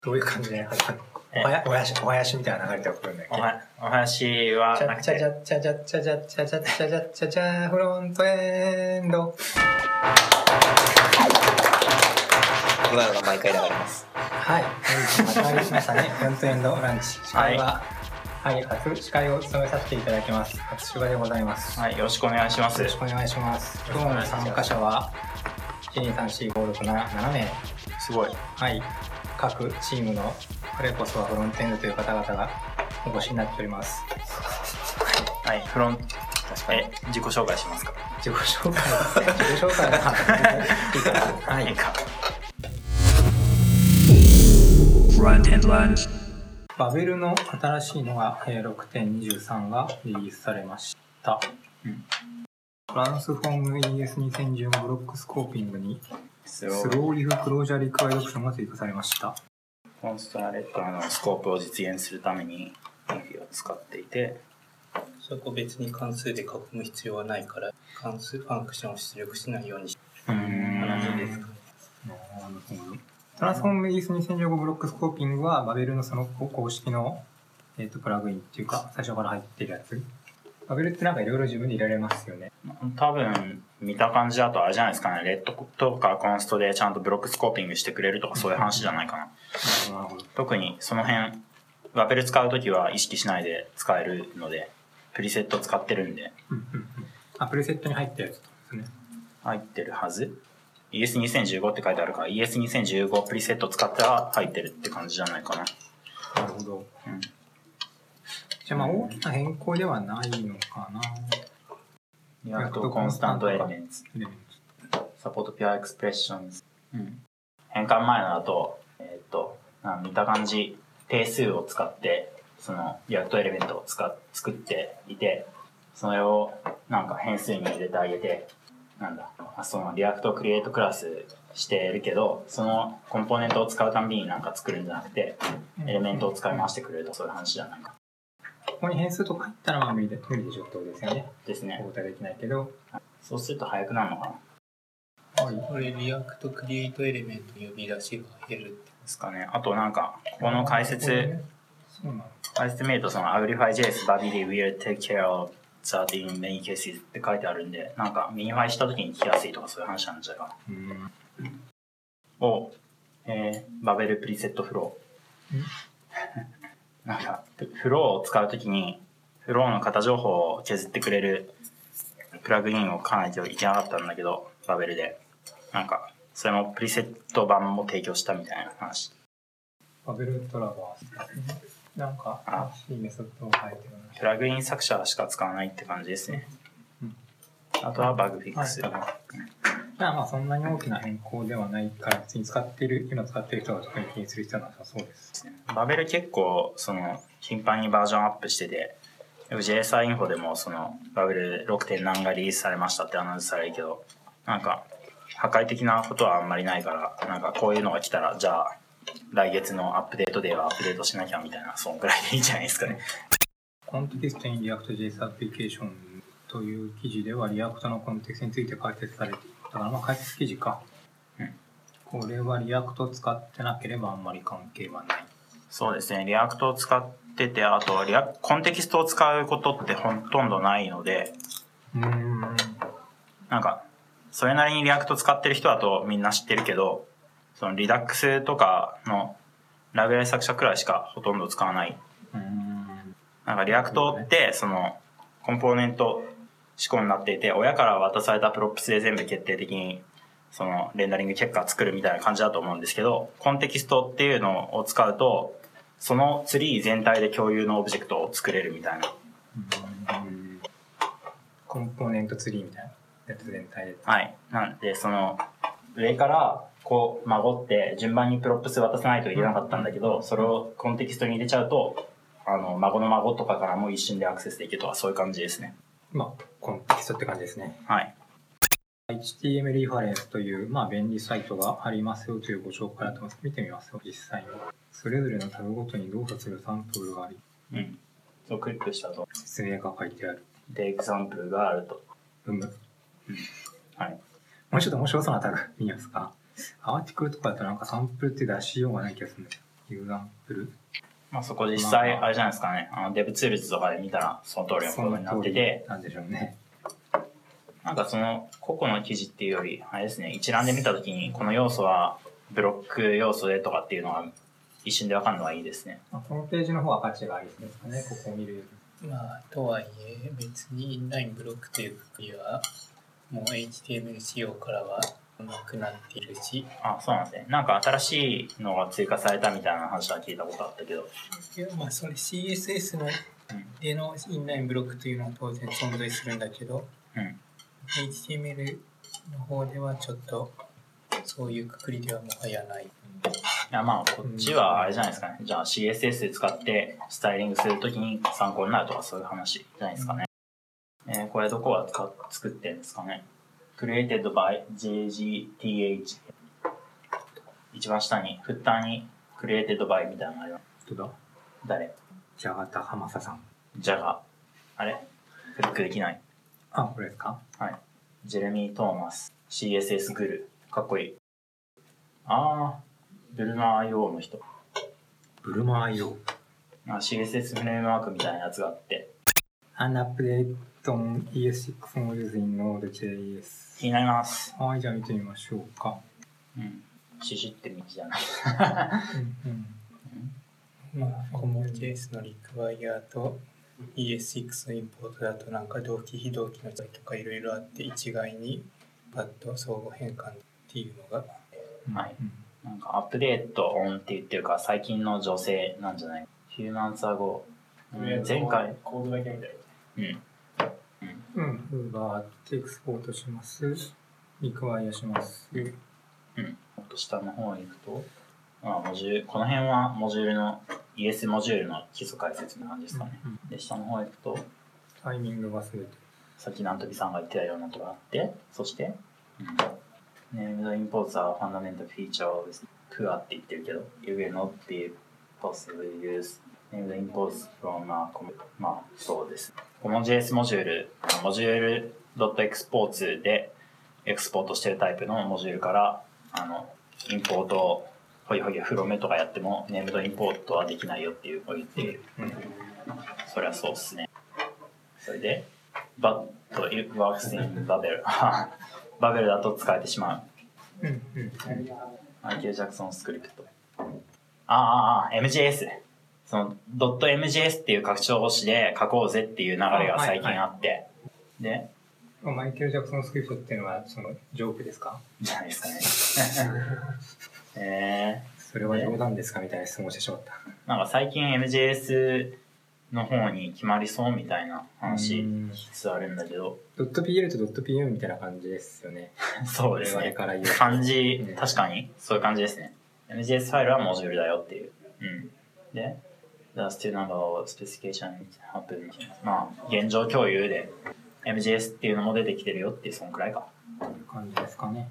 どういう感じで始まるお囃子みたいな流れで送るんだっけ。 お囃子はなくて、 チャチャチャチャチャチャチャチャチャチャチャチャフロントエンド。 今のが毎回流れます。 はい、始まりましたね。フロントエンドランチ。司会は、初司会を務めさせていただきます。初司会でございます。 はい、よろしくお願いします。 よろしくお願いします。今日の参加者は1,2,3,4,5,6,7名。 すごい。 はい。各チームのこれこそはフロントエンドという方々がお越しになっております。 はい、確かに自己紹介しますか。 自己紹介ですね。自己紹介はいいかな。はい。 いいか。 バベルの新しいのが 6.23 がリリースされました。トランスフォーム ES2015 ブロックスコーピングにスローリフクロージャーリクワイドオプションが追加されました。 コンストラレッドのスコープを実現するために EF を使っていて、 そこ別に関数で囲む必要はないから関数ファンクションを出力しないように話ですかね。 トランスフォーム ES2015 ブロックスコーピングはバベルのその公式の、プラグインっていうか最初から入ってるやつ。バベルってなんかいろいろ自分で入れられますよね。 多分見た感じだとあれじゃないですかね。レッドとかコンストでちゃんとブロックスコーピングしてくれるとかそういう話じゃないかな。 なるほど。 特にその辺バベル使うときは意識しないで使えるので、プリセット使ってるんで。 プリセットに入ったやつですね。 入ってるはず。ES2015 って書いてあるから ES2015 プリセット使ったら入ってるって感じじゃないかな。 なるほど。じゃあまあ大きな変更ではないのかな。 リアクトコンスタントエレメンツ、サポートピュアエクスプレッションズ。変換前のだと、見た感じ定数を使ってそのリアクトエレメントを作っていて、それをなんか変数に入れてあげて、そのリアクトクリエイトクラスしてるけど、そのコンポーネントを使うたんびになんか作るんじゃなくて、エレメントを使い回してくれるとそういう話じゃないか。 ここに変数とか入ったらまあ無理でしょってことですよね。 ですね。 お答えできないけど、 そうすると速くなるのかな。 これリアクトクリエイトエレメント呼び出しが減るってですかね。あとなんかこの解説見るとその Agrify.js Babili will take care of that in many cases って書いてあるんで、なんかミニファイした時に聞きやすいとかそういう話なんじゃないかな。バベルプリセットフロー。なんかフローを使う時にフローの型情報を削ってくれるプラグインを書かないといけなかったんだけど、バベルでなんかそれもプリセット版も提供したみたいな話。 バベルトラバーなんか新しいメソッドを書いてるな。 プラグイン作者しか使わないって感じですね。あとはバグフィックス。 まあそんなに大きな変更ではないから別に今使ってる人が特に気にする必要はなさそうです。 バベル結構頻繁にバージョンアップしてて、JSI インフォでもバベル 6. 何がリリースされましたってアナウンスされるけど、なんか破壊的なことはあんまりないから、なんかこういうのが来たらじゃあ来月のアップデートではアップデートしなきゃみたいな、そんぐらいでいいんじゃないですかね。 コンテキストに React.js アプリケーションという記事ではリアクトのコンテキストについて解説されている。だから解説記事か。これはリアクトを使ってなければあんまり関係はない。 そうですね。リアクトを使ってて、あとコンテキストを使うことってほとんどないので、なんかそれなりにリアクト使ってる人だとみんな知ってるけど、そのリダックスとかのライブラリ作者くらいしかほとんど使わない。なんかリアクトってそのコンポーネント思考になっていて、親から渡されたプロップスで全部決定的にそのレンダリング結果作るみたいな感じだと思うんですけど、コンテキストっていうのを使うとそのツリー全体で共有のオブジェクトを作れるみたいな。 コンポーネントツリーみたいなやつ全体で。 はい。なんでその上からこう孫って順番にプロップス渡さないといけなかったんだけど、それをコンテキストに入れちゃうと孫の孫とかからも一瞬でアクセスできるとかそういう感じですね。 コンテキストって感じですね。 はい。 HTML リファレンスという、便利サイトがありますよというご紹介だと思います。見てみますよ、実際に。それぞれのタグごとに動作するサンプルがあり。 そうクリックしたと。 説明が書いてある。 で、エクサンプルがあると。はい。 もうちょっと面白そうなタグ見ますか。アーティクルとかだとなんかサンプルって出しようがない気がするんだけど。 ユーザンプル。 まあそこ実際あれじゃないですかね。デブツールズとかで見たらその通りのことになってて。 なんでしょうね。 なんかその個々の記事っていうより、あれですね、一覧で見たときにこの要素はブロック要素でとかっていうのが一瞬でわかるのはいいですね。 このページの方は価値がありそうですかね、ここを見る。 まあ、とはいえ、別にインラインブロックというくくりは、もう HTML 仕様からはなくなっているし。 そうなんですね。なんか新しいのが追加されたみたいな話は聞いたことあったけど。 いや、まあ、それ CSS のでのインラインブロックというのは当然存在するんだけど、HTML の方ではちょっとそういうくくりではもはやない。 いやまあこっちはあれじゃないですかね。じゃあ CSS で使ってスタイリングするときに参考になるとかそういう話じゃないですかね。これどこは作ってるんですかね。Created by JGTH。一番下にフッターに Created by みたいなのがあります。 どうだ？ 誰？ ジャガタハマサさん。 ジャガ。あれ？クリックできない。 これですか？ はい。ジェレミー・トーマス。CSS グル。かっこいい。ブルマ IO の人。 ブルマ IO。 CSS フレームワークみたいなやつがあって。 An update on ES6 modules in Node.js。 気になります。 はい、じゃあ見てみましょうか。 シシって道じゃない。 まあ、CommonJS のリクワイヤーと ES6 のインポートだとなんか同期非同期の違いとかいろいろあって一概にパッと相互変換っていうのが、 はい。なんかアップデートオンって言ってるから最近の情勢なんじゃない？ Few months ago。前回。 コードだけみたいな。バーってエクスポートします。リクワイヤします。 もっと下の方に行くと、モジュール、この辺はモジュールの ES モジュールの基礎解説の感じですかね。で、下の方へ行くと、 タイミングが全て。 さっきなんとびさんが言ってたようなことがあって、そして、Named imports are fundamental feature of Pua って言ってるけど、You will not be possibly use named imports from まあ、そうです。CommonJS モジュール、モジュール .exports でエクスポートしてるタイプのモジュールから、インポート、ほいほいフロメとかやっても、ネームドインポートはできないよっていうのを言っている。そりゃそうっすね。それで、But it works in Babel。バベルだと使えてしまう。マイケル・ジャクソンスクリプト。MJS。その、.mjs っていう拡張子で書こうぜっていう流れが最近あって。で、 マイケル・ジャクソンスクリプトっていうのはそのジョークですか？ じゃないですかね。 それは冗談ですかみたいな質問してしまった。 なんか最近 MJS の方に決まりそうみたいな話しつつあるんだけど。 .pl と .pm みたいな感じですよね。 そうですね。感じ、確かにそういう感じですね。MJS ファイルはモジュールだよっていう。で、The still number of specification happen。まあ、現状共有で MJS っていうのも出てきてるよっていう、そのくらいか。 感じですかね。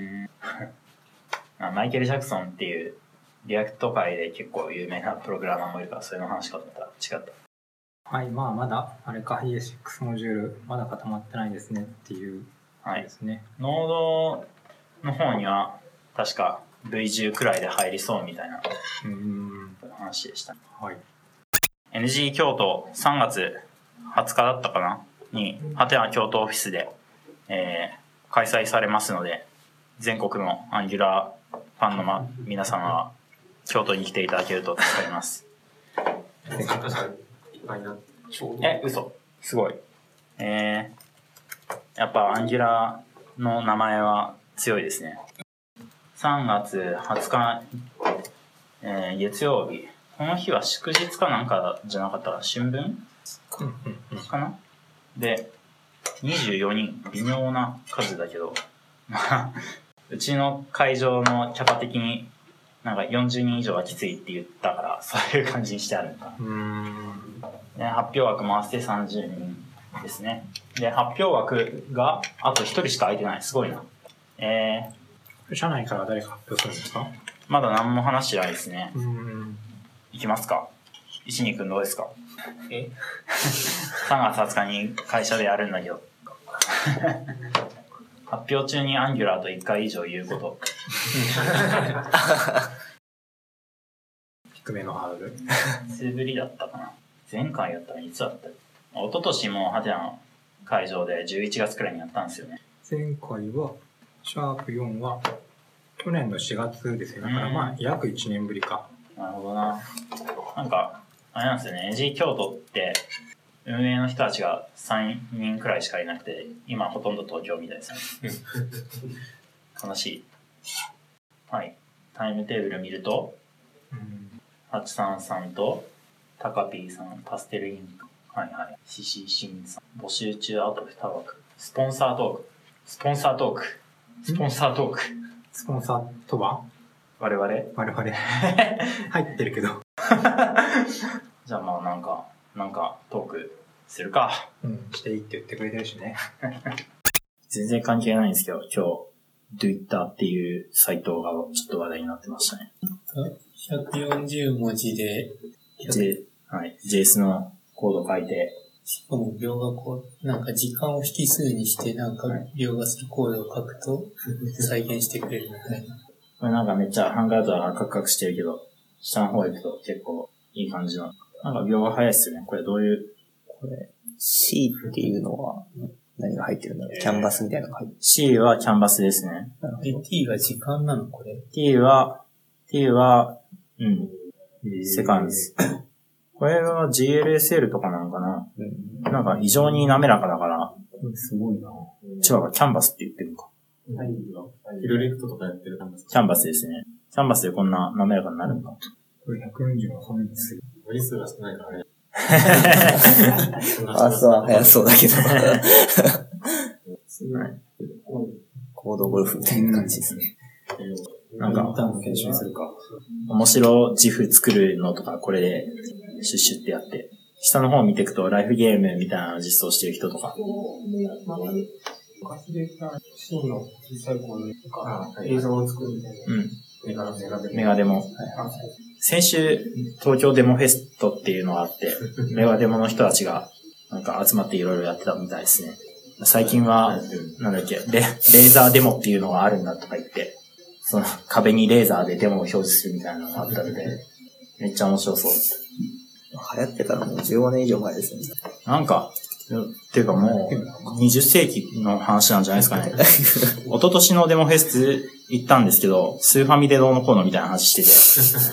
マイケル・ジャクソンっていうリアクト界で結構有名なプログラマーもいるから、それの話かと思ったら違った。 はい、まだあれか ES6 モジュールまだ固まってないですねっていうですね。 ノードの方には確か V10 くらいで入りそうみたいな話でした。 はい。 NG 京都3月20日だったかなにハテナ京都オフィスで、開催されますので、全国のアンギュラーファンの皆様は京都に来ていただけると助かります。嘘。すごい。やっぱアンギュラーの名前は強いですね。3月20日、月曜日。この日は祝日かなんかじゃなかったら春分かなで、24人。微妙な数だけど。うちの会場のキャパ的になんか40人以上はきついって言ったから、そういう感じにしてあるのかな。発表枠回して30人ですね。で、発表枠があと1人しか空いてない。すごいな。 社内から誰か発表するんですか？ まだ何も話してないですね。いきますか。石井くんどうですか？3月20日に会社でやるんだけど。発表中にアンギュラーと1回以上言うこと。 低めのハードル。 いつぶりだったかな。前回やったらいつだったっけ。一昨年もハテナの会場で11月くらいにやったんですよね。 前回は、シャープ4は、去年の4月ですよ。だからまあ、約1年ぶりか。 なるほどな。なんか、あれなんですよね。AG 京都って、運営の人たちが3人くらいしかいなくて、今ほとんど東京みたいですね。悲しい。はい。タイムテーブル見ると、833と、タカピーさん、パステルインク、はいはい、シシシンさん、募集中あと2枠、スポンサートーク、スポンサートーク、スポンサートーク。 スポンサーとは我々 入ってるけど。 じゃあまあなんかトークするか。 していいって言ってくれてるしね。 全然関係ないんですけど、今日、Twitter っていうサイトがちょっと話題になってましたね。 140文字で、 はい、JS のコード書いて、 しかも描画コード、なんか時間を引数にして、なんか描画するコードを書くと再現してくれるみたいな。 これなんかめっちゃハンガードはカクカクしてるけど、下の方行くと結構いい感じの。なんか描画早いっすよね。これどういう、 これ C っていうのは何が入ってるんだろう。キャンバスみたいなのが入ってる。 C はキャンバスですね。 T が時間なのこれ。 T は、セカンドです。これは GLSL とかなのかな、なんか異常に滑らかだから。 すごいな。 違うか、キャンバスって言ってるのか。 ヒルレクトとかやってるキャンバス。 キャンバスですね。キャンバスでこんな滑らかになるんだ。 これ140は速いんですよ。 文字数が少ないからね。 あ、そうは早そうだけど。コードゴルフみたいな感じですね。 なんか、 研修するか。 面白自負作るのとかこれでシュッシュってやって、下の方見ていくとライフゲームみたいなの実装してる人とか。 昔でさ、C の小さいコードとか映像を作るみたいな。 メガデモ。先週、東京デモフェストっていうのがあって、メガデモの人たちがなんか集まっていろいろやってたみたいですね。最近は、なんだっけ、レーザーデモっていうのがあるんだとか言って、その壁にレーザーでデモを表示するみたいなのがあったので、めっちゃ面白そう。 流行ってからもう15年以上前ですね。 なんか、っていうかもう、20世紀の話なんじゃないですかね。一昨年のデモフェス行ったんですけど、スーファミでどうのこうのみたいな話してて。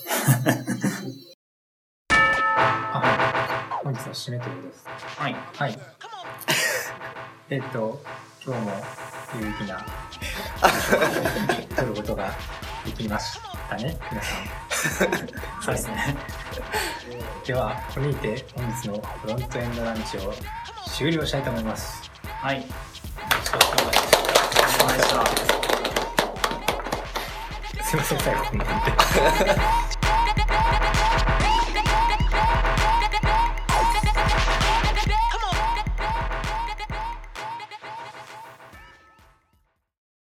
本日は締めということです。 はい。 はい。今日も有意義な撮ることができましたね、皆さん。 そうですね。 では、これにて本日のフロントエンドランチを終了したいと思います。 はい。お疲れ様でした。 すいません、最後こんなんで。